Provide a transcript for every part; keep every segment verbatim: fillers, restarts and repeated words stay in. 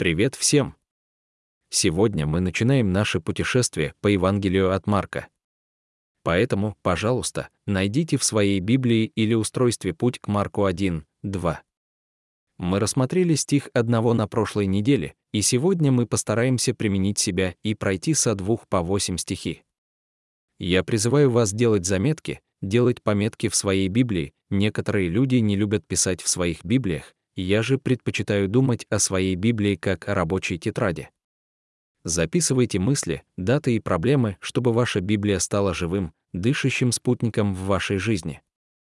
Привет всем! Сегодня мы начинаем наше путешествие по Евангелию от Марка. Поэтому, пожалуйста, найдите в своей Библии или устройстве путь к Марку один, два. Мы рассмотрели стих одного на прошлой неделе, и сегодня мы постараемся применить себя и пройти со двух по восемь стихи. Я призываю вас делать заметки, делать пометки в своей Библии. Некоторые люди не любят писать в своих Библиях, я же предпочитаю думать о своей Библии как о рабочей тетради. Записывайте мысли, даты и проблемы, чтобы ваша Библия стала живым, дышащим спутником в вашей жизни.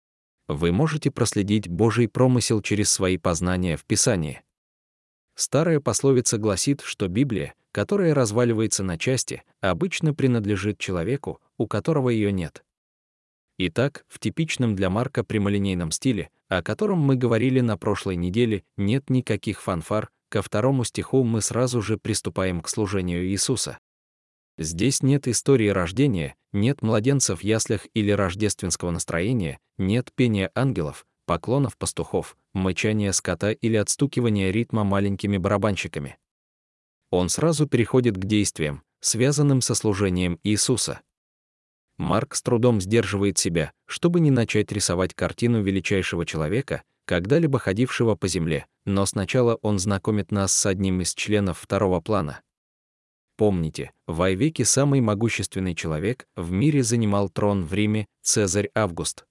Вы можете проследить Божий промысел через свои познания в Писании. Старая пословица гласит, что Библия, которая разваливается на части, обычно принадлежит человеку, у которого ее нет. Итак, в типичном для Марка прямолинейном стиле, о котором мы говорили на прошлой неделе, нет никаких фанфар. Ко второму стиху мы сразу же приступаем к служению Иисуса. Здесь нет истории рождения, нет младенцев в яслях или рождественского настроения, нет пения ангелов, поклонов пастухов, мычания скота или отстукивания ритма маленькими барабанщиками. Он сразу переходит к действиям, связанным со служением Иисуса. Марк с трудом сдерживает себя, чтобы не начать рисовать картину величайшего человека, когда-либо ходившего по земле, но сначала он знакомит нас с одним из членов второго плана. Помните, вовеки самый могущественный человек в мире занимал трон в Риме, Цезарь Август.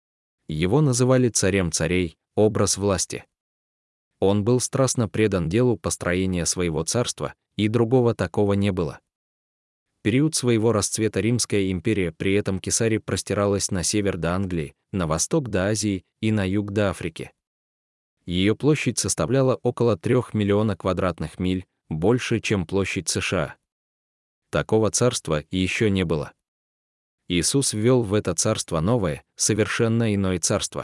Его называли царем царей, образ власти. Он был страстно предан делу построения своего царства, и другого такого не было. В период своего расцвета Римская империя при этом Кесаре простиралась на север до Англии, на восток до Азии и на юг до Африки. Ее площадь составляла около трех миллионов квадратных миль, больше, чем площадь США. Такого царства еще не было. Иисус ввел в это царство новое, совершенно иное царство.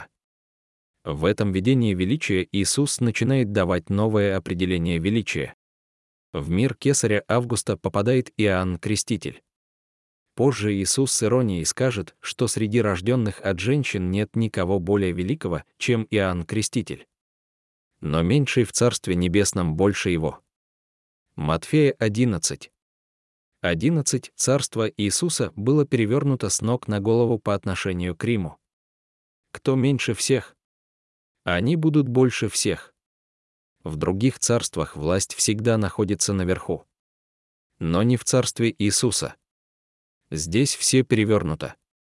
В этом видении величия Иисус начинает давать новое определение величия. В мир Кесаря Августа попадает Иоанн Креститель. Позже Иисус с иронией скажет, что среди рожденных от женщин нет никого более великого, чем Иоанн Креститель. Но меньший в Царстве Небесном больше его. Матфея одиннадцать. одиннадцать. Царство Иисуса было перевернуто с ног на голову по отношению к Риму. Кто меньше всех? Они будут больше всех. В других царствах власть всегда находится наверху. Но не в царстве Иисуса. Здесь все перевернуто.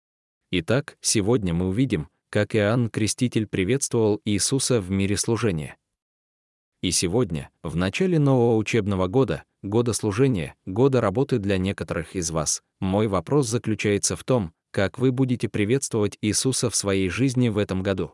Итак, сегодня мы увидим, как Иоанн Креститель приветствовал Иисуса в мире служения. И сегодня, в начале нового учебного года, года служения, года работы для некоторых из вас, мой вопрос заключается в том, как вы будете приветствовать Иисуса в своей жизни в этом году.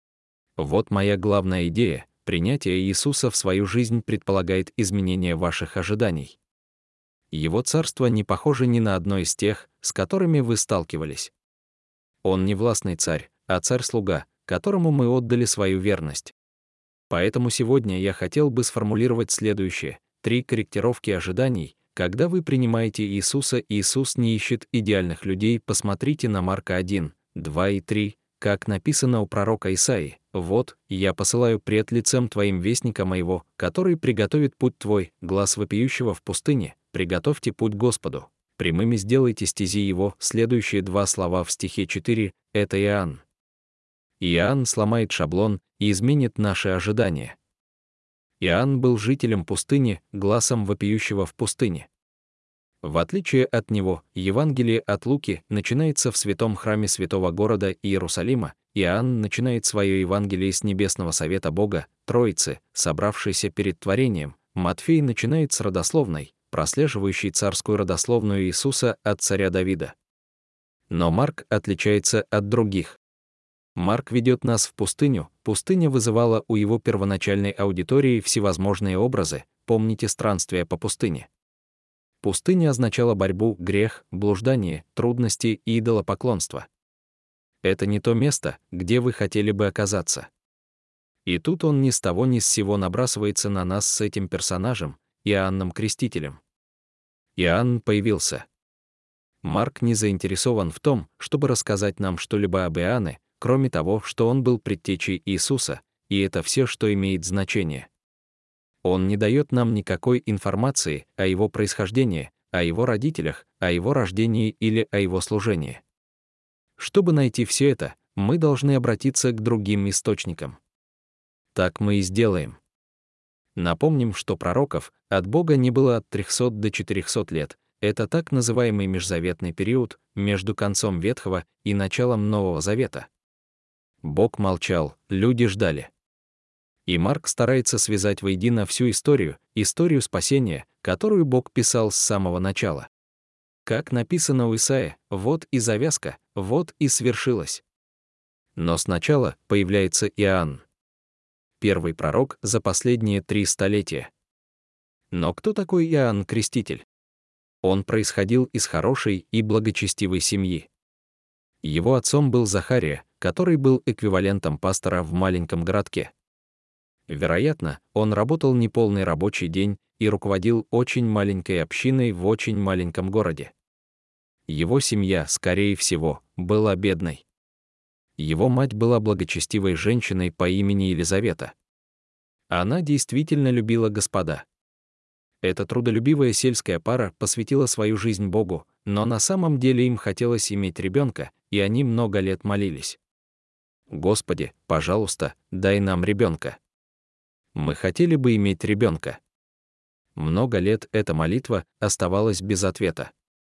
Вот моя главная идея. Принятие Иисуса в свою жизнь предполагает изменение ваших ожиданий. Его царство не похоже ни на одно из тех, с которыми вы сталкивались. Он не властный царь, а царь-слуга, которому мы отдали свою верность. Поэтому сегодня я хотел бы сформулировать следующее: три корректировки ожиданий, когда вы принимаете Иисуса. Иисус не ищет идеальных людей. Посмотрите на Марка один, два и три, как написано у пророка Исаии: «Вот, я посылаю пред лицем твоим вестника моего, который приготовит путь твой, глас вопиющего в пустыне, приготовьте путь Господу, прямыми сделайте стези его». Следующие два слова в стихе четыре — это Иоанн. Иоанн сломает шаблон и изменит наши ожидания. Иоанн был жителем пустыни, гласом вопиющего в пустыне. В отличие от него, Евангелие от Луки начинается в святом храме святого города Иерусалима. Иоанн начинает свое Евангелие с небесного совета Бога, Троицы, собравшейся перед творением. Матфей начинает с родословной, прослеживающей царскую родословную Иисуса от царя Давида. Но Марк отличается от других. Марк ведет нас в пустыню. Пустыня вызывала у его первоначальной аудитории всевозможные образы. Помните странствия по пустыне. Пустыня означала борьбу, грех, блуждание, трудности и идолопоклонство. Это не то место, где вы хотели бы оказаться. И тут он ни с того ни с сего набрасывается на нас с этим персонажем, Иоанном Крестителем. Иоанн появился. Марк не заинтересован в том, чтобы рассказать нам что-либо об Иоанне, кроме того, что он был предтечей Иисуса, и это все, что имеет значение. Он не дает нам никакой информации о его происхождении, о его родителях, о его рождении или о его служении. Чтобы найти все это, мы должны обратиться к другим источникам. Так мы и сделаем. Напомним, что пророков от Бога не было от трёхсот до четырёхсот лет. Это так называемый межзаветный период между концом Ветхого и началом Нового Завета. Бог молчал, люди ждали. И Марк старается связать воедино всю историю, историю спасения, которую Бог писал с самого начала. Как написано у Исаия, вот и завязка, вот и свершилось. Но сначала появляется Иоанн. Первый пророк за последние три столетия. Но кто такой Иоанн Креститель? Он происходил из хорошей и благочестивой семьи. Его отцом был Захария, который был эквивалентом пастора в маленьком городке. Вероятно, он работал неполный рабочий день и руководил очень маленькой общиной в очень маленьком городе. Его семья, скорее всего, была бедной. Его мать была благочестивой женщиной по имени Елизавета. Она действительно любила Господа. Эта трудолюбивая сельская пара посвятила свою жизнь Богу, но на самом деле им хотелось иметь ребенка, и они много лет молились. «Господи, пожалуйста, дай нам ребенка. Мы хотели бы иметь ребенка». Много лет эта молитва оставалась без ответа.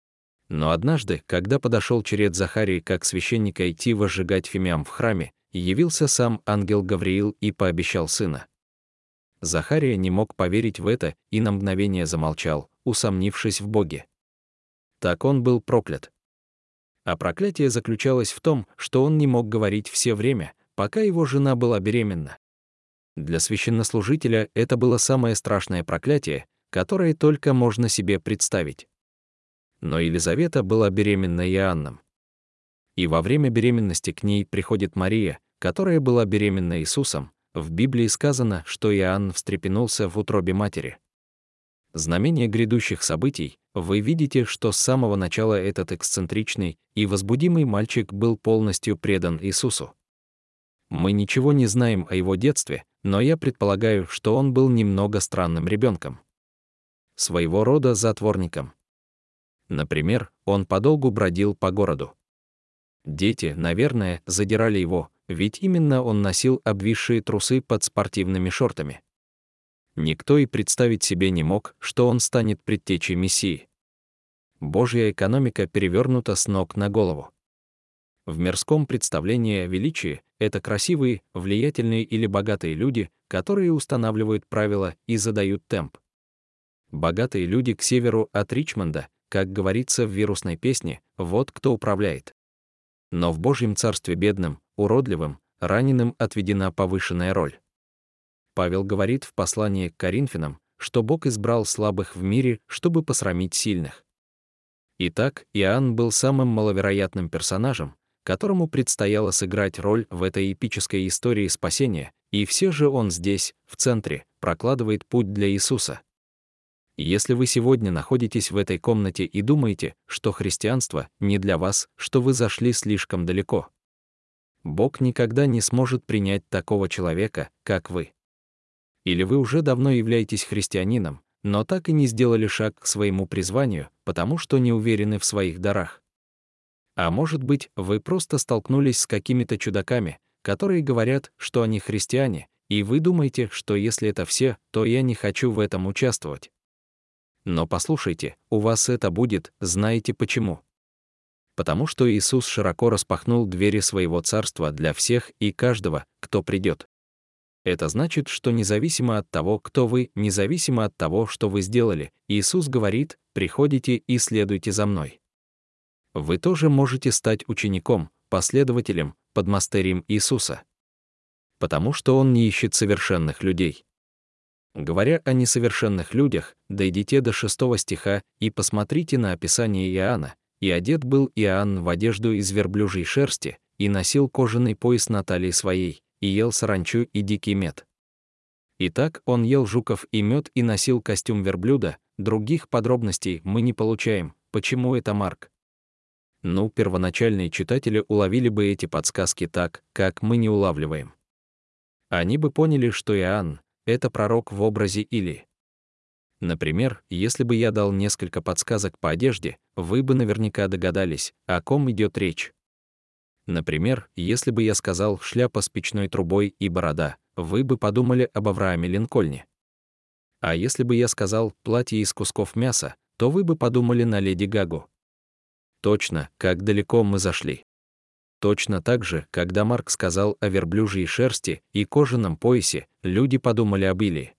Но однажды, когда подошел черед Захарии как священника идти возжигать фимиам в храме, явился сам ангел Гавриил и пообещал сына. Захария не мог поверить в это и на мгновение замолчал, усомнившись в Боге. Так он был проклят. А проклятие заключалось в том, что он не мог говорить все время, пока его жена была беременна. Для священнослужителя это было самое страшное проклятие, которое только можно себе представить. Но Елизавета была беременна Иоанном. И во время беременности к ней приходит Мария, которая была беременна Иисусом. В Библии сказано, что Иоанн встрепенулся в утробе матери. Знамение грядущих событий, вы видите, что с самого начала этот эксцентричный и возбудимый мальчик был полностью предан Иисусу. Мы ничего не знаем о его детстве, но я предполагаю, что он был немного странным ребенком. Своего рода затворником. Например, он подолгу бродил по городу. Дети, наверное, задирали его, ведь именно он носил обвисшие трусы под спортивными шортами. Никто и представить себе не мог, что он станет предтечей Мессии. Божья экономика перевернута с ног на голову. В мирском представлении о величии это красивые, влиятельные или богатые люди, которые устанавливают правила и задают темп. Богатые люди к северу от Ричмонда, как говорится в вирусной песне, вот кто управляет. Но в Божьем царстве бедным, уродливым, раненым отведена повышенная роль. Павел говорит в послании к Коринфянам, что Бог избрал слабых в мире, чтобы посрамить сильных. Итак, Иоанн был самым маловероятным персонажем, которому предстояло сыграть роль в этой эпической истории спасения, и все же он здесь, в центре, прокладывает путь для Иисуса. Если вы сегодня находитесь в этой комнате и думаете, что христианство не для вас, что вы зашли слишком далеко, Бог никогда не сможет принять такого человека, как вы. Или вы уже давно являетесь христианином, но так и не сделали шаг к своему призванию, потому что не уверены в своих дарах. А может быть, вы просто столкнулись с какими-то чудаками, которые говорят, что они христиане, и вы думаете, что если это все, то я не хочу в этом участвовать. Но послушайте, у вас это будет, знаете почему? Потому что Иисус широко распахнул двери своего царства для всех и каждого, кто придет. Это значит, что независимо от того, кто вы, независимо от того, что вы сделали, Иисус говорит: «Приходите и следуйте за мной». Вы тоже можете стать учеником, последователем, подмастерьем Иисуса. Потому что Он не ищет совершенных людей. Говоря о несовершенных людях, дойдите до шестого стиха и посмотрите на описание Иоанна. «И одет был Иоанн в одежду из верблюжьей шерсти, и носил кожаный пояс на талии своей, и ел саранчу и дикий мед». Итак, он ел жуков и мед и носил костюм верблюда. Других подробностей мы не получаем. Почему это Марк? Ну, первоначальные читатели уловили бы эти подсказки так, как мы не улавливаем. Они бы поняли, что Иоанн, это пророк в образе Илии. Например, если бы я дал несколько подсказок по одежде, вы бы наверняка догадались, о ком идет речь. Например, если бы я сказал «шляпа с печной трубой и борода», вы бы подумали об Аврааме Линкольне. А если бы я сказал «платье из кусков мяса», то вы бы подумали на Леди Гагу. Точно, как далеко мы зашли. Точно так же, когда Марк сказал о верблюжьей шерсти и кожаном поясе, люди подумали об Илии.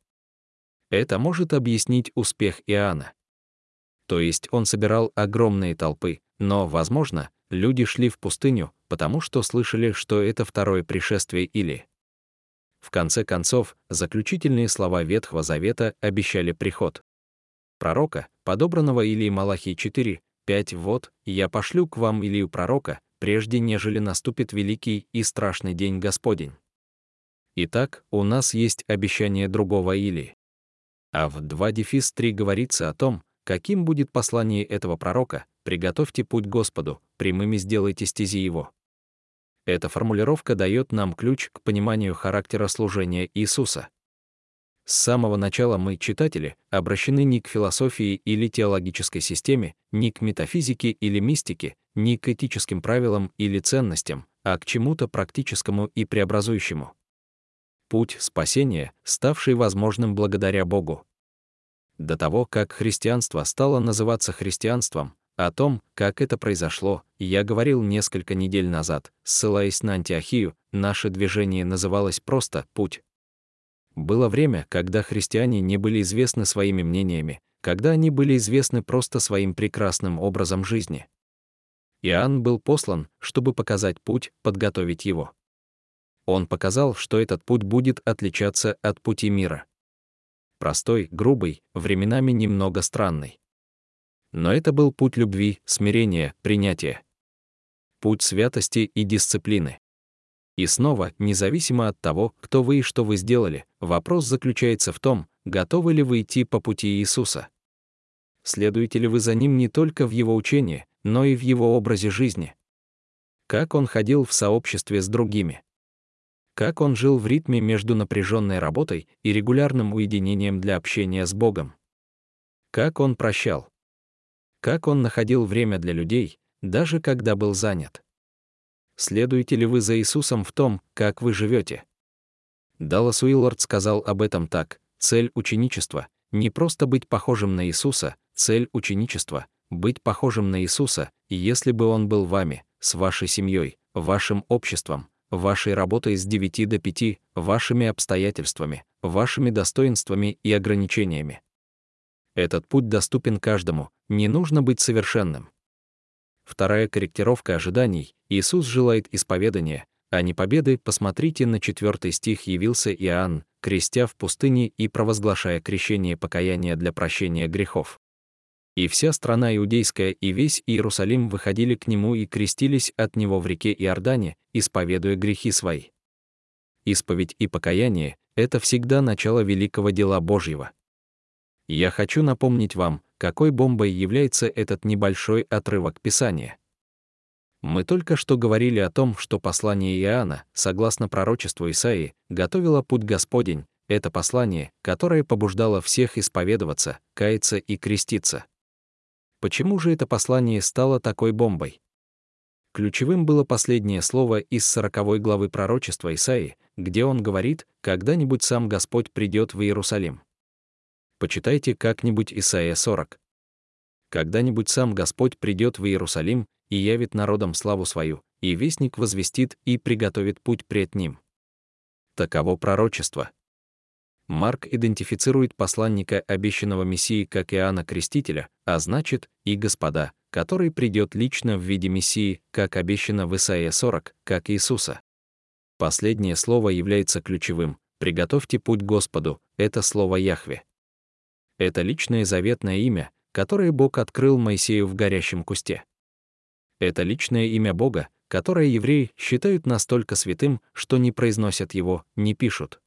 Это может объяснить успех Иоанна. То есть он собирал огромные толпы, но, возможно, люди шли в пустыню, потому что слышали, что это второе пришествие Илии. В конце концов, заключительные слова Ветхого Завета обещали приход пророка, подобранного Илии Малахии четыре, пять. «Вот, я пошлю к вам Илию пророка, прежде нежели наступит великий и страшный день Господень». Итак, у нас есть обещание другого Илии. А в два три говорится о том, каким будет послание этого пророка: «Приготовьте путь Господу, прямыми сделайте стези его». Эта формулировка дает нам ключ к пониманию характера служения Иисуса. С самого начала мы, читатели, обращены не к философии или теологической системе, не к метафизике или мистике, не к этическим правилам или ценностям, а к чему-то практическому и преобразующему. Путь спасения, ставший возможным благодаря Богу. До того, как христианство стало называться христианством, о том, как это произошло, я говорил несколько недель назад, ссылаясь на Антиохию, наше движение называлось просто «Путь». Было время, когда христиане не были известны своими мнениями, когда они были известны просто своим прекрасным образом жизни. Иоанн был послан, чтобы показать путь, подготовить его. Он показал, что этот путь будет отличаться от пути мира. Простой, грубый, временами немного странный. Но это был путь любви, смирения, принятия. Путь святости и дисциплины. И снова, независимо от того, кто вы и что вы сделали, вопрос заключается в том, готовы ли вы идти по пути Иисуса. Следуете ли вы за Ним не только в Его учении, но и в Его образе жизни? Как Он ходил в сообществе с другими? Как Он жил в ритме между напряженной работой и регулярным уединением для общения с Богом? Как Он прощал? Как Он находил время для людей, даже когда был занят? Следуете ли вы за Иисусом в том, как вы живете? Даллас Уиллард сказал об этом так: цель ученичества — не просто быть похожим на Иисуса, цель ученичества — быть похожим на Иисуса, если бы Он был вами, с вашей семьей, вашим обществом, вашей работой с девяти до пяти, вашими обстоятельствами, вашими достоинствами и ограничениями. Этот путь доступен каждому, не нужно быть совершенным. Вторая корректировка ожиданий: Иисус желает исповедания, а не победы. Посмотрите на четвертый стих. «Явился Иоанн, крестя в пустыне и провозглашая крещение покаяния для прощения грехов. И вся страна иудейская и весь Иерусалим выходили к нему и крестились от него в реке Иордане, исповедуя грехи свои». Исповедь и покаяние — это всегда начало великого дела Божьего. Я хочу напомнить вам, какой бомбой является этот небольшой отрывок Писания. Мы только что говорили о том, что послание Иоанна, согласно пророчеству Исаии, готовило путь Господень. Это послание, которое побуждало всех исповедоваться, каяться и креститься. Почему же это послание стало такой бомбой? Ключевым было последнее слово из сороковой главы пророчества Исаии, где он говорит: «Когда-нибудь сам Господь придет в Иерусалим». Почитайте как-нибудь Исайя сорок. «Когда-нибудь сам Господь придет в Иерусалим и явит народам славу свою, и вестник возвестит и приготовит путь пред ним». Таково пророчество. Марк идентифицирует посланника обещанного Мессии как Иоанна Крестителя, а значит, и Господа, который придет лично в виде Мессии, как обещано в Исайя сорок, как Иисуса. Последнее слово является ключевым. «Приготовьте путь Господу» — это слово Яхве. Это личное заветное имя, которое Бог открыл Моисею в горящем кусте. Это личное имя Бога, которое евреи считают настолько святым, что не произносят его, не пишут.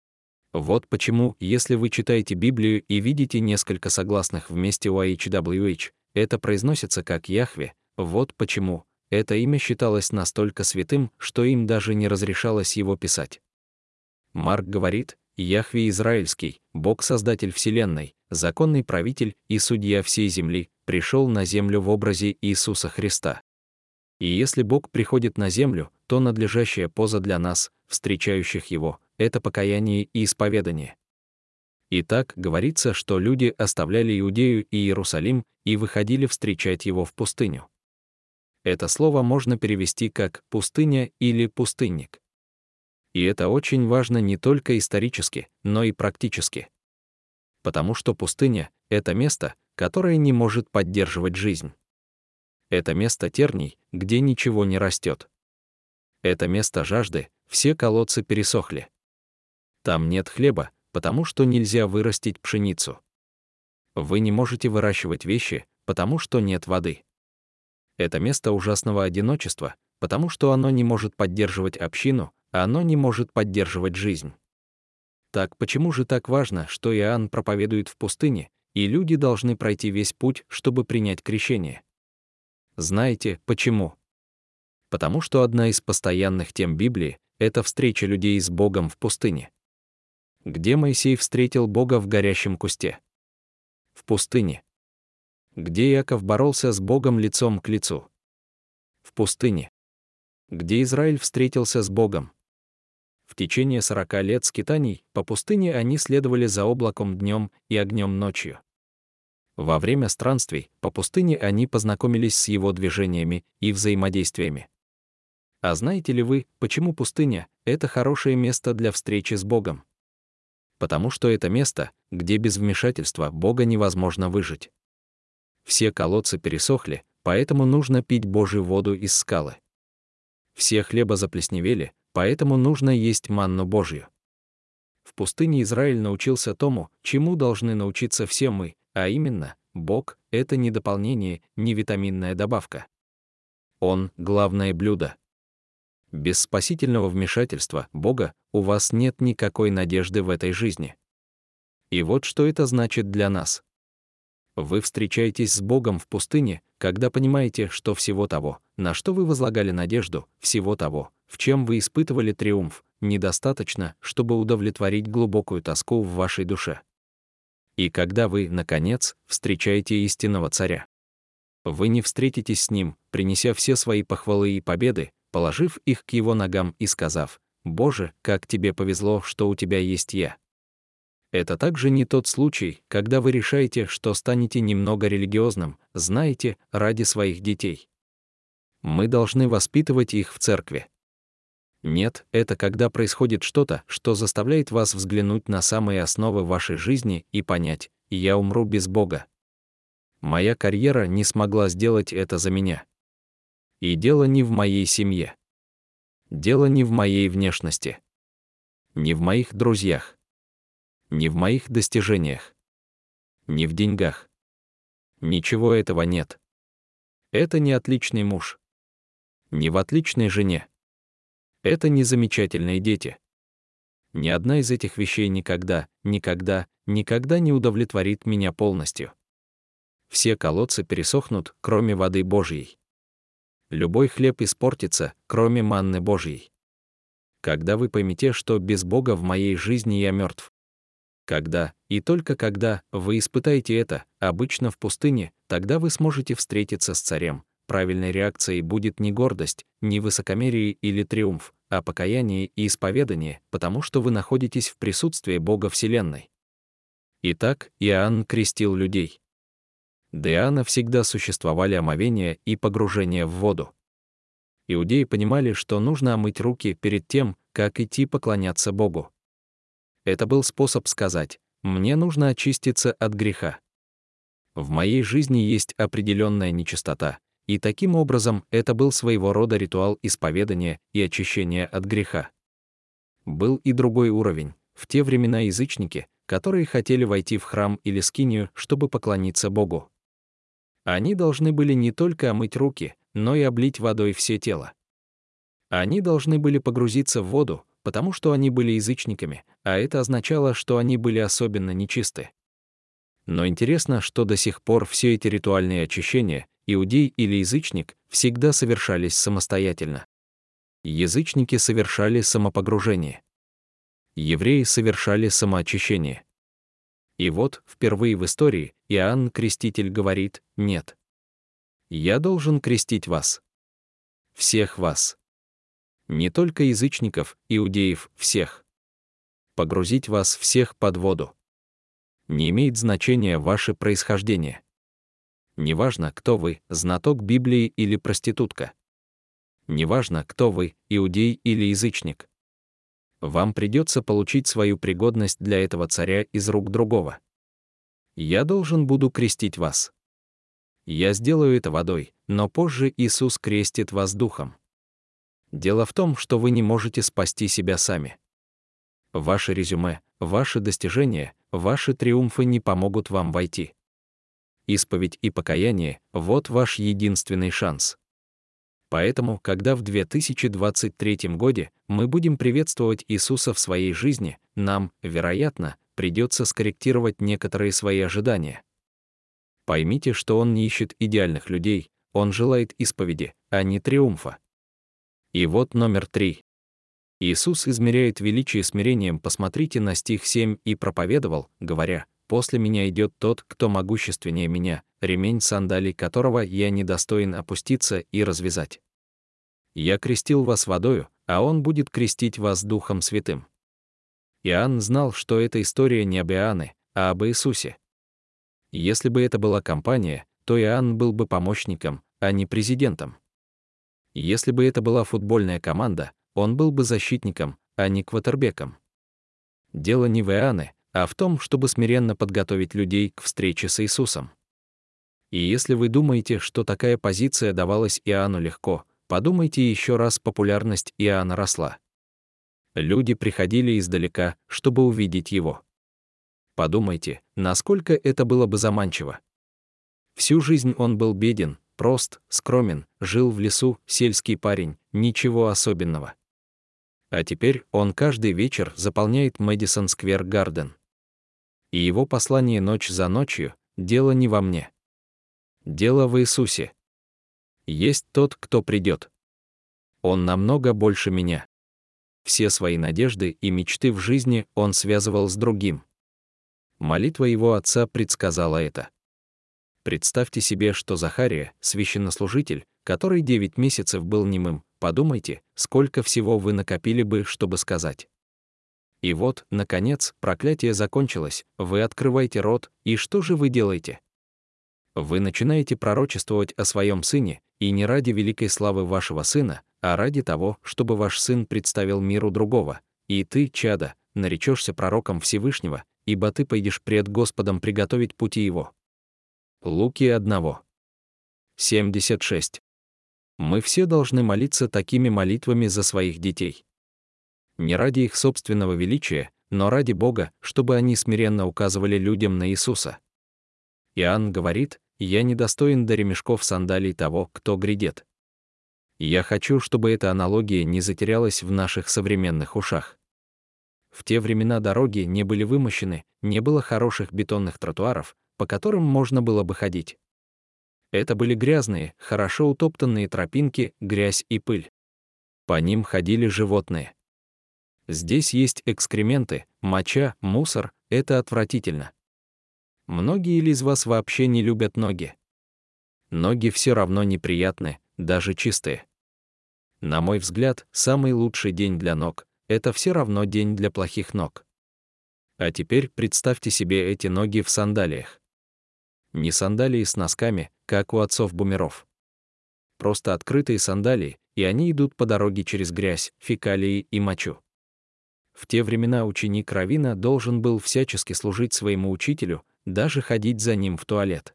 Вот почему, если вы читаете Библию и видите несколько согласных вместе у эйч дабл ю эйч, это произносится как Яхве. Вот почему это имя считалось настолько святым, что им даже не разрешалось его писать. Марк говорит: Яхве Израильский, Бог-создатель вселенной, законный правитель и судья всей земли, пришел на землю в образе Иисуса Христа. И если Бог приходит на землю, то надлежащая поза для нас, встречающих Его, это покаяние и исповедание. Итак, говорится, что люди оставляли Иудею и Иерусалим и выходили встречать Его в пустыню. Это слово можно перевести как «пустыня» или «пустынник». И это очень важно не только исторически, но и практически. Потому что пустыня — это место, которое не может поддерживать жизнь. Это место терний, где ничего не растет. Это место жажды, все колодцы пересохли. Там нет хлеба, потому что нельзя вырастить пшеницу. Вы не можете выращивать вещи, потому что нет воды. Это место ужасного одиночества, потому что оно не может поддерживать общину, а оно не может поддерживать жизнь. Так почему же так важно, что Иоанн проповедует в пустыне, и люди должны пройти весь путь, чтобы принять крещение? Знаете, почему? Потому что одна из постоянных тем Библии — это встреча людей с Богом в пустыне. Где Моисей встретил Бога в горящем кусте? В пустыне. Где Иаков боролся с Богом лицом к лицу? В пустыне. Где Израиль встретился с Богом? В течение сорока лет скитаний по пустыне они следовали за облаком днем и огнем ночью. Во время странствий по пустыне они познакомились с его движениями и взаимодействиями. А знаете ли вы, почему пустыня — это хорошее место для встречи с Богом? Потому что это место, где без вмешательства Бога невозможно выжить. Все колодцы пересохли, поэтому нужно пить Божью воду из скалы. Все хлеба заплесневели, поэтому нужно есть манну Божью. В пустыне Израиль научился тому, чему должны научиться все мы, а именно, Бог — это не дополнение, не витаминная добавка. Он — главное блюдо. Без спасительного вмешательства Бога у вас нет никакой надежды в этой жизни. И вот что это значит для нас. Вы встречаетесь с Богом в пустыне, когда понимаете, что всего того, на что вы возлагали надежду, всего того, в чем вы испытывали триумф, недостаточно, чтобы удовлетворить глубокую тоску в вашей душе. И когда вы, наконец, встречаете истинного царя, вы не встретитесь с ним, принеся все свои похвалы и победы, положив их к его ногам и сказав: «Боже, как тебе повезло, что у тебя есть я». Это также не тот случай, когда вы решаете, что станете немного религиозным, знаете, ради своих детей. Мы должны воспитывать их в церкви. Нет, это когда происходит что-то, что заставляет вас взглянуть на самые основы вашей жизни и понять: я умру без Бога. Моя карьера не смогла сделать это за меня. И дело не в моей семье. Дело не в моей внешности. Не в моих друзьях. Не в моих достижениях. Не в деньгах. Ничего этого нет. Это не отличный муж. Не в отличной жене. Это не замечательные дети. Ни одна из этих вещей никогда, никогда, никогда не удовлетворит меня полностью. Все колодцы пересохнут, кроме воды Божьей. Любой хлеб испортится, кроме манны Божьей. Когда вы поймете, что без Бога в моей жизни я мертв. Когда, и только когда, вы испытаете это, обычно в пустыне, тогда вы сможете встретиться с царем. Правильной реакцией будет не гордость, не высокомерие или триумф, а покаяние и исповедание, потому что вы находитесь в присутствии Бога Вселенной. Итак, Иоанн крестил людей. До Иоанна всегда существовали омовения и погружение в воду. Иудеи понимали, что нужно омыть руки перед тем, как идти поклоняться Богу. Это был способ сказать: «Мне нужно очиститься от греха. В моей жизни есть определенная нечистота», и таким образом это был своего рода ритуал исповедания и очищения от греха. Был и другой уровень. В те времена язычники, которые хотели войти в храм или скинию, чтобы поклониться Богу. Они должны были не только омыть руки, но и облить водой все тело. Они должны были погрузиться в воду, потому что они были язычниками, а это означало, что они были особенно нечисты. Но интересно, что до сих пор все эти ритуальные очищения, иудей или язычник, всегда совершались самостоятельно. Язычники совершали самопогружение. Евреи совершали самоочищение. И вот, впервые в истории, Иоанн Креститель говорит: «Нет. Я должен крестить вас. Всех вас. Не только язычников, иудеев, всех. Погрузить вас всех под воду. Не имеет значения ваше происхождение. Неважно, кто вы, знаток Библии или проститутка. Неважно, кто вы, иудей или язычник. Вам придется получить свою пригодность для этого царя из рук другого. Я должен буду крестить вас. Я сделаю это водой, но позже Иисус крестит вас духом. Дело в том, что вы не можете спасти себя сами. Ваше резюме, ваши достижения, ваши триумфы не помогут вам войти. Исповедь и покаяние — вот ваш единственный шанс. Поэтому, когда в две тысячи двадцать третьем году мы будем приветствовать Иисуса в своей жизни, нам, вероятно, придется скорректировать некоторые свои ожидания. Поймите, что Он не ищет идеальных людей, Он желает исповеди, а не триумфа. И вот номер три. Иисус измеряет величие смирением. Посмотрите на стих семь: «И проповедовал, говоря: после меня идет тот, кто могущественнее меня, ремень сандалий которого я недостоин опуститься и развязать. Я крестил вас водою, а он будет крестить вас Духом Святым». Иоанн знал, что эта история не об Иоанне, а об Иисусе. Если бы это была компания, то Иоанн был бы помощником, а не президентом. Если бы это была футбольная команда, он был бы защитником, а не квотербеком. Дело не в Иоанне, а в том, чтобы смиренно подготовить людей к встрече с Иисусом. И если вы думаете, что такая позиция давалась Иоанну легко, подумайте еще раз: популярность Иоанна росла. Люди приходили издалека, чтобы увидеть его. Подумайте, насколько это было бы заманчиво. Всю жизнь он был беден, прост, скромен, жил в лесу, сельский парень, ничего особенного. А теперь он каждый вечер заполняет Мэдисон Сквер Гарден. И его послание ночь за ночью: «Дело не во мне. Дело в Иисусе. Есть тот, кто придет. Он намного больше меня». Все свои надежды и мечты в жизни он связывал с другим. Молитва его отца предсказала это. Представьте себе, что Захария, священнослужитель, который девять месяцев был немым, подумайте, сколько всего вы накопили бы, чтобы сказать. И вот, наконец, проклятие закончилось, вы открываете рот, и что же вы делаете? Вы начинаете пророчествовать о своем сыне, и не ради великой славы вашего сына, а ради того, чтобы ваш сын представил миру другого. И ты, чадо, наречешься пророком Всевышнего, ибо ты пойдешь пред Господом приготовить пути его. Луки одного семьдесят шесть. Мы все должны молиться такими молитвами за своих детей. Не ради их собственного величия, но ради Бога, чтобы они смиренно указывали людям на Иисуса. Иоанн говорит: «Я недостоин до ремешков сандалий того, кто грядет». Я хочу, чтобы эта аналогия не затерялась в наших современных ушах. В те времена дороги не были вымощены, не было хороших бетонных тротуаров, по которым можно было бы ходить. Это были грязные, хорошо утоптанные тропинки, грязь и пыль. По ним ходили животные. Здесь есть экскременты, моча, мусор, это отвратительно. Многие ли из вас вообще не любят ноги? Ноги все равно неприятны, даже чистые. На мой взгляд, самый лучший день для ног — это все равно день для плохих ног. А теперь представьте себе эти ноги в сандалиях. Не сандалии с носками, как у отцов-бумеров. Просто открытые сандалии, и они идут по дороге через грязь, фекалии и мочу. В те времена ученик раввина должен был всячески служить своему учителю, даже ходить за ним в туалет.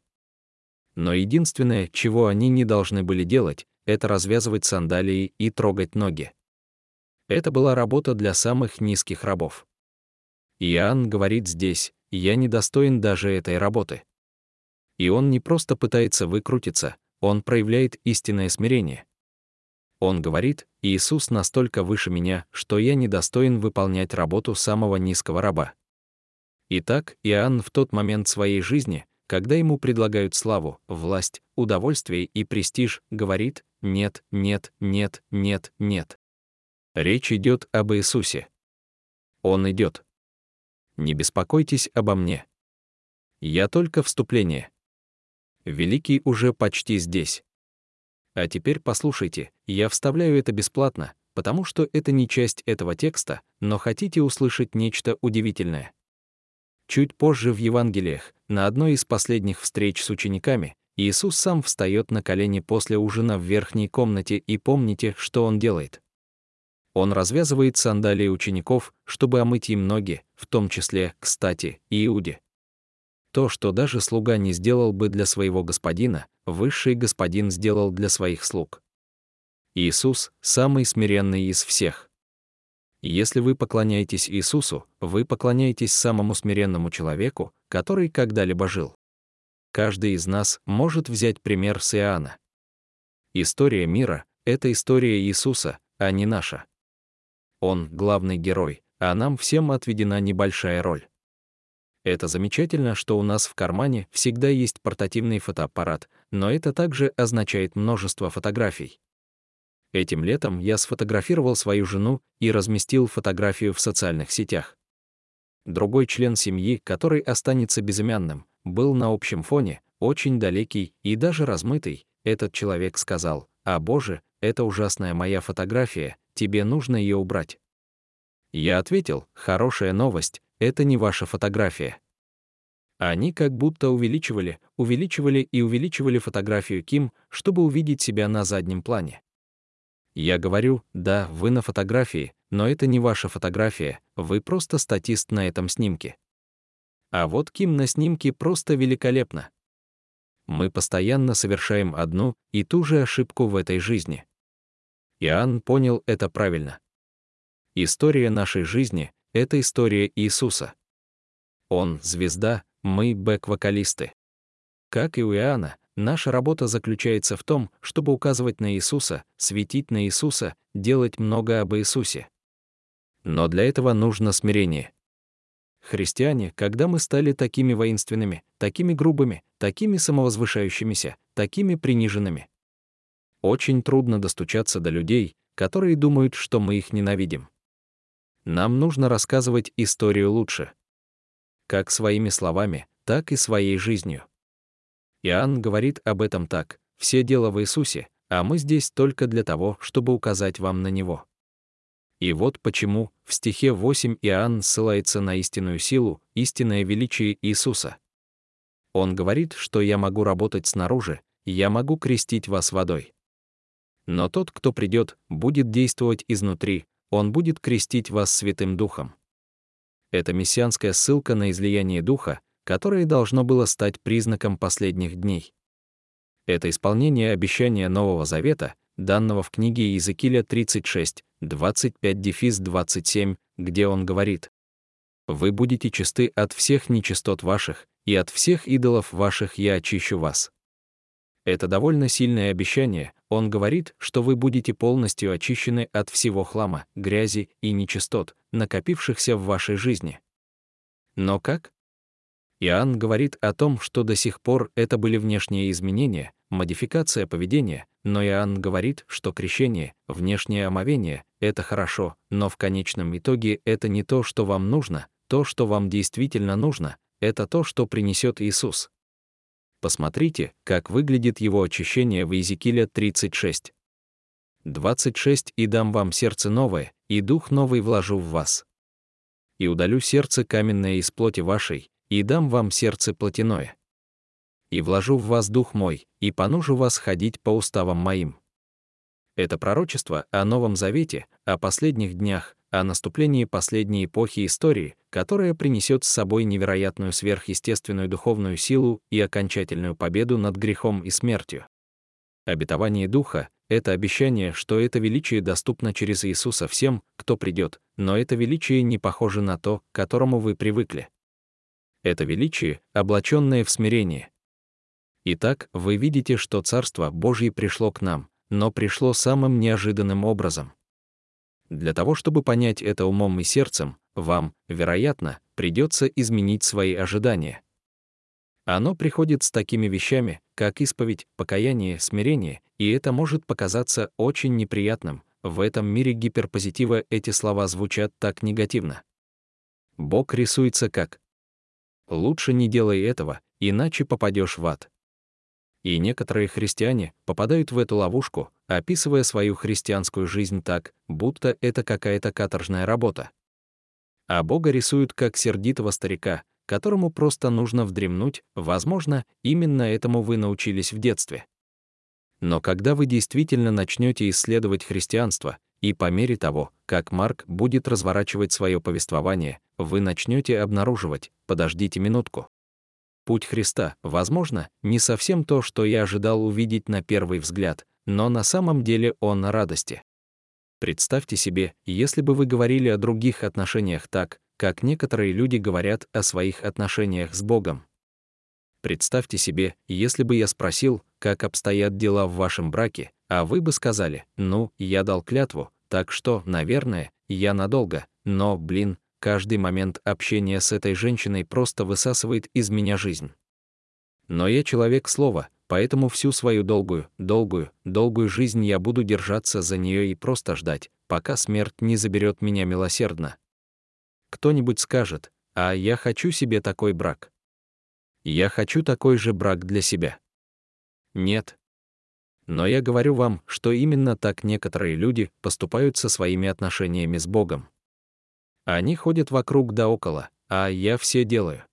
Но единственное, чего они не должны были делать, это развязывать сандалии и трогать ноги. Это была работа для самых низких рабов. Иоанн говорит здесь: «Я недостоин даже этой работы». И он не просто пытается выкрутиться, он проявляет истинное смирение. Он говорит: «Иисус настолько выше меня, что я недостоин выполнять работу самого низкого раба». Итак, Иоанн в тот момент своей жизни, когда ему предлагают славу, власть, удовольствие и престиж, говорит: «Нет, нет, нет, нет, нет». Речь идет об Иисусе. Он идет. Не беспокойтесь обо мне. Я только вступление. Великий уже почти здесь. А теперь послушайте, я вставляю это бесплатно, потому что это не часть этого текста, но хотите услышать нечто удивительное. Чуть позже в Евангелиях, на одной из последних встреч с учениками, Иисус сам встает на колени после ужина в верхней комнате, и помните, что он делает? Он развязывает сандалии учеников, чтобы омыть им ноги, в том числе, кстати, и Иуде. То, что даже слуга не сделал бы для своего господина, высший господин сделал для своих слуг. Иисус – самый смиренный из всех. Если вы поклоняетесь Иисусу, вы поклоняетесь самому смиренному человеку, который когда-либо жил. Каждый из нас может взять пример с Иоанна. История мира — это история Иисуса, а не наша. Он — главный герой, а нам всем отведена небольшая роль. Это замечательно, что у нас в кармане всегда есть портативный фотоаппарат, но это также означает множество фотографий. Этим летом я сфотографировал свою жену и разместил фотографию в социальных сетях. Другой член семьи, который останется безымянным, был на общем фоне, очень далекий и даже размытый. Этот человек сказал: «А Боже, это ужасная моя фотография, тебе нужно ее убрать». Я ответил: «Хорошая новость, это не ваша фотография». Они как будто увеличивали, увеличивали и увеличивали фотографию Ким, чтобы увидеть себя на заднем плане. Я говорю: да, вы на фотографии, но это не ваша фотография, вы просто статист на этом снимке. А вот Ким на снимке просто великолепно. Мы постоянно совершаем одну и ту же ошибку в этой жизни. Иоанн понял это правильно. История нашей жизни — это история Иисуса. Он — звезда, мы — бэк-вокалисты. Как и у Иоанна, наша работа заключается в том, чтобы указывать на Иисуса, светить на Иисуса, делать много об Иисусе. Но для этого нужно смирение. Христиане, когда мы стали такими воинственными, такими грубыми, такими самовозвышающимися, такими приниженными, очень трудно достучаться до людей, которые думают, что мы их ненавидим. Нам нужно рассказывать историю лучше. Как своими словами, так и своей жизнью. Иоанн говорит об этом так: «Все дело в Иисусе, а мы здесь только для того, чтобы указать вам на Него». И вот почему в стихе восемь Иоанн ссылается на истинную силу, истинное величие Иисуса. Он говорит, что я могу работать снаружи, я могу крестить вас водой. Но тот, кто придет, будет действовать изнутри, он будет крестить вас Святым Духом. Это мессианская ссылка на излияние Духа, которое должно было стать признаком последних дней. Это исполнение обещания Нового Завета, данного в книге Иезекииля тридцать шесть, двадцать пять двадцать семь, где он говорит: «Вы будете чисты от всех нечистот ваших, и от всех идолов ваших я очищу вас». Это довольно сильное обещание. Он говорит, что вы будете полностью очищены от всего хлама, грязи и нечистот, накопившихся в вашей жизни. Но как? Иоанн говорит о том, что до сих пор это были внешние изменения, модификация поведения, но Иоанн говорит, что крещение, внешнее омовение — это хорошо, но в конечном итоге это не то, что вам нужно, то, что вам действительно нужно, это то, что принесет Иисус. Посмотрите, как выглядит его очищение в Иезекииля тридцать шесть. двадцать шесть «И дам вам сердце новое, и дух новый вложу в вас. И удалю сердце каменное из плоти вашей, и дам вам сердце плотяное. И вложу в вас дух мой, и понужу вас ходить по уставам моим». Это пророчество о Новом Завете, о последних днях, о наступлении последней эпохи истории, которая принесет с собой невероятную сверхъестественную духовную силу и окончательную победу над грехом и смертью. Обетование Духа — это обещание, что это величие доступно через Иисуса всем, кто придет, но это величие не похоже на то, к которому вы привыкли. Это величие, облаченное в смирение. Итак, вы видите, что Царство Божье пришло к нам, но пришло самым неожиданным образом. Для того, чтобы понять это умом и сердцем, вам, вероятно, придется изменить свои ожидания. Оно приходит с такими вещами, как исповедь, покаяние, смирение, и это может показаться очень неприятным. В этом мире гиперпозитива эти слова звучат так негативно. Бог рисуется как: лучше не делай этого, иначе попадешь в ад. И некоторые христиане попадают в эту ловушку, описывая свою христианскую жизнь так, будто это какая-то каторжная работа. А Бога рисуют как сердитого старика, которому просто нужно вдремнуть, возможно, именно этому вы научились в детстве. Но когда вы действительно начнете исследовать христианство, и по мере того, как Марк будет разворачивать свое повествование, вы начнете обнаруживать: подождите минутку. Путь Христа, возможно, не совсем то, что я ожидал увидеть на первый взгляд, но на самом деле он о радости. Представьте себе, если бы вы говорили о других отношениях так, как некоторые люди говорят о своих отношениях с Богом. Представьте себе, если бы я спросил, как обстоят дела в вашем браке, а вы бы сказали: ну, я дал клятву, так что, наверное, я надолго, но, блин, каждый момент общения с этой женщиной просто высасывает из меня жизнь. Но я человек слова, поэтому всю свою долгую, долгую, долгую жизнь я буду держаться за нее и просто ждать, пока смерть не заберет меня милосердно. Кто-нибудь скажет: а я хочу себе такой брак. Я хочу такой же брак для себя. Нет. Но я говорю вам, что именно так некоторые люди поступают со своими отношениями с Богом. Они ходят вокруг да около, а я все делаю.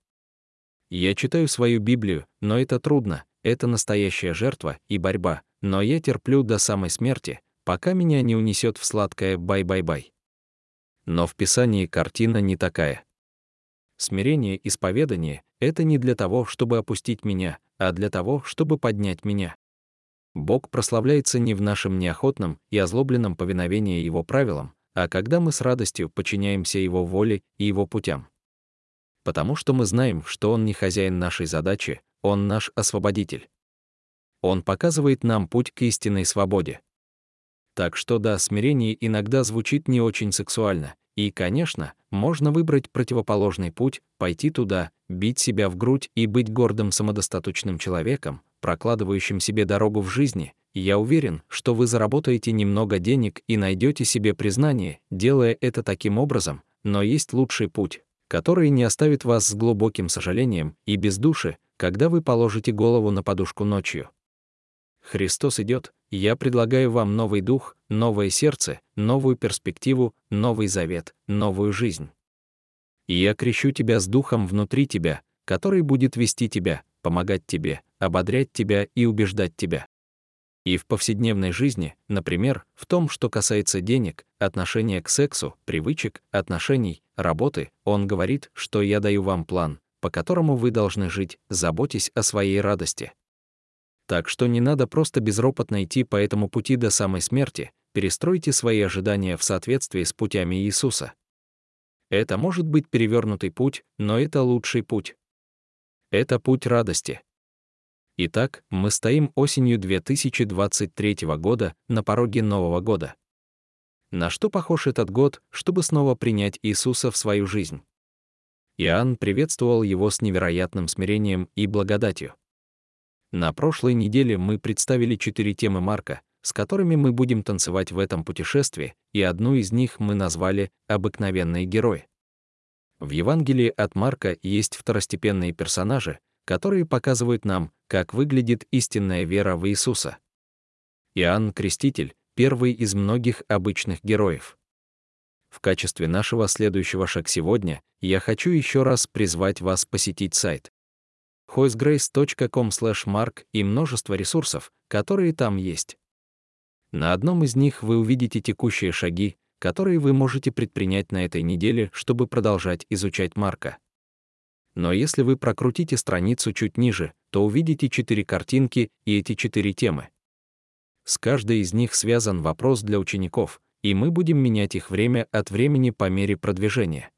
Я читаю свою Библию, но это трудно, это настоящая жертва и борьба, но я терплю до самой смерти, пока меня не унесет в сладкое бай-бай-бай. Но в Писании картина не такая. Смирение, исповедание — это не для того, чтобы опустить меня, а для того, чтобы поднять меня. Бог прославляется не в нашем неохотном и озлобленном повиновении Его правилам, а когда мы с радостью подчиняемся Его воле и Его путям. Потому что мы знаем, что Он не хозяин нашей задачи, Он наш освободитель. Он показывает нам путь к истинной свободе. Так что да, смирение иногда звучит не очень сексуально, и, конечно, можно выбрать противоположный путь, пойти туда, бить себя в грудь и быть гордым самодостаточным человеком, прокладывающим себе дорогу в жизни. Я уверен, что вы заработаете немного денег и найдете себе признание, делая это таким образом, но есть лучший путь, который не оставит вас с глубоким сожалением и без души, когда вы положите голову на подушку ночью. Христос идет, я предлагаю вам новый дух, новое сердце, новую перспективу, новый завет, новую жизнь. И я крещу тебя с духом внутри тебя, который будет вести тебя, помогать тебе, ободрять тебя и убеждать тебя. И в повседневной жизни, например, в том, что касается денег, отношения к сексу, привычек, отношений, работы, он говорит, что я даю вам план, по которому вы должны жить, заботясь о своей радости. Так что не надо просто безропотно идти по этому пути до самой смерти, перестройте свои ожидания в соответствии с путями Иисуса. Это может быть перевернутый путь, но это лучший путь. Это путь радости. Итак, мы стоим осенью две тысячи двадцать третьего года на пороге Нового года. На что похож этот год, чтобы снова принять Иисуса в свою жизнь? Иоанн приветствовал его с невероятным смирением и благодатью. На прошлой неделе мы представили четыре темы Марка, с которыми мы будем танцевать в этом путешествии, и одну из них мы назвали «Обыкновенные герои». В Евангелии от Марка есть второстепенные персонажи, которые показывают нам, как выглядит истинная вера в Иисуса. Иоанн Креститель — первый из многих обычных героев. В качестве нашего следующего шага сегодня я хочу еще раз призвать вас посетить сайт хоисгрейс точка ком слэш марк и множество ресурсов, которые там есть. На одном из них вы увидите текущие шаги, которые вы можете предпринять на этой неделе, чтобы продолжать изучать Марка. Но если вы прокрутите страницу чуть ниже, то увидите четыре картинки и эти четыре темы. С каждой из них связан вопрос для учеников, и мы будем менять их время от времени по мере продвижения.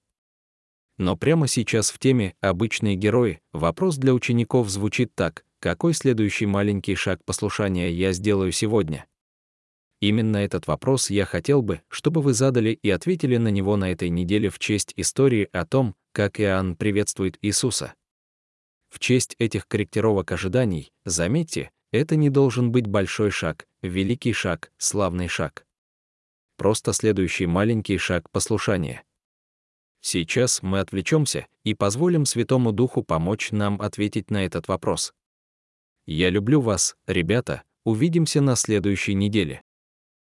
Но прямо сейчас в теме «Обычные герои» вопрос для учеников звучит так: какой следующий маленький шаг послушания я сделаю сегодня? Именно этот вопрос я хотел бы, чтобы вы задали и ответили на него на этой неделе в честь истории о том, как Иоанн приветствует Иисуса. В честь этих корректировок ожиданий, заметьте, это не должен быть большой шаг, великий шаг, славный шаг. Просто следующий маленький шаг послушания. Сейчас мы отвлечемся и позволим Святому Духу помочь нам ответить на этот вопрос. Я люблю вас, ребята, увидимся на следующей неделе.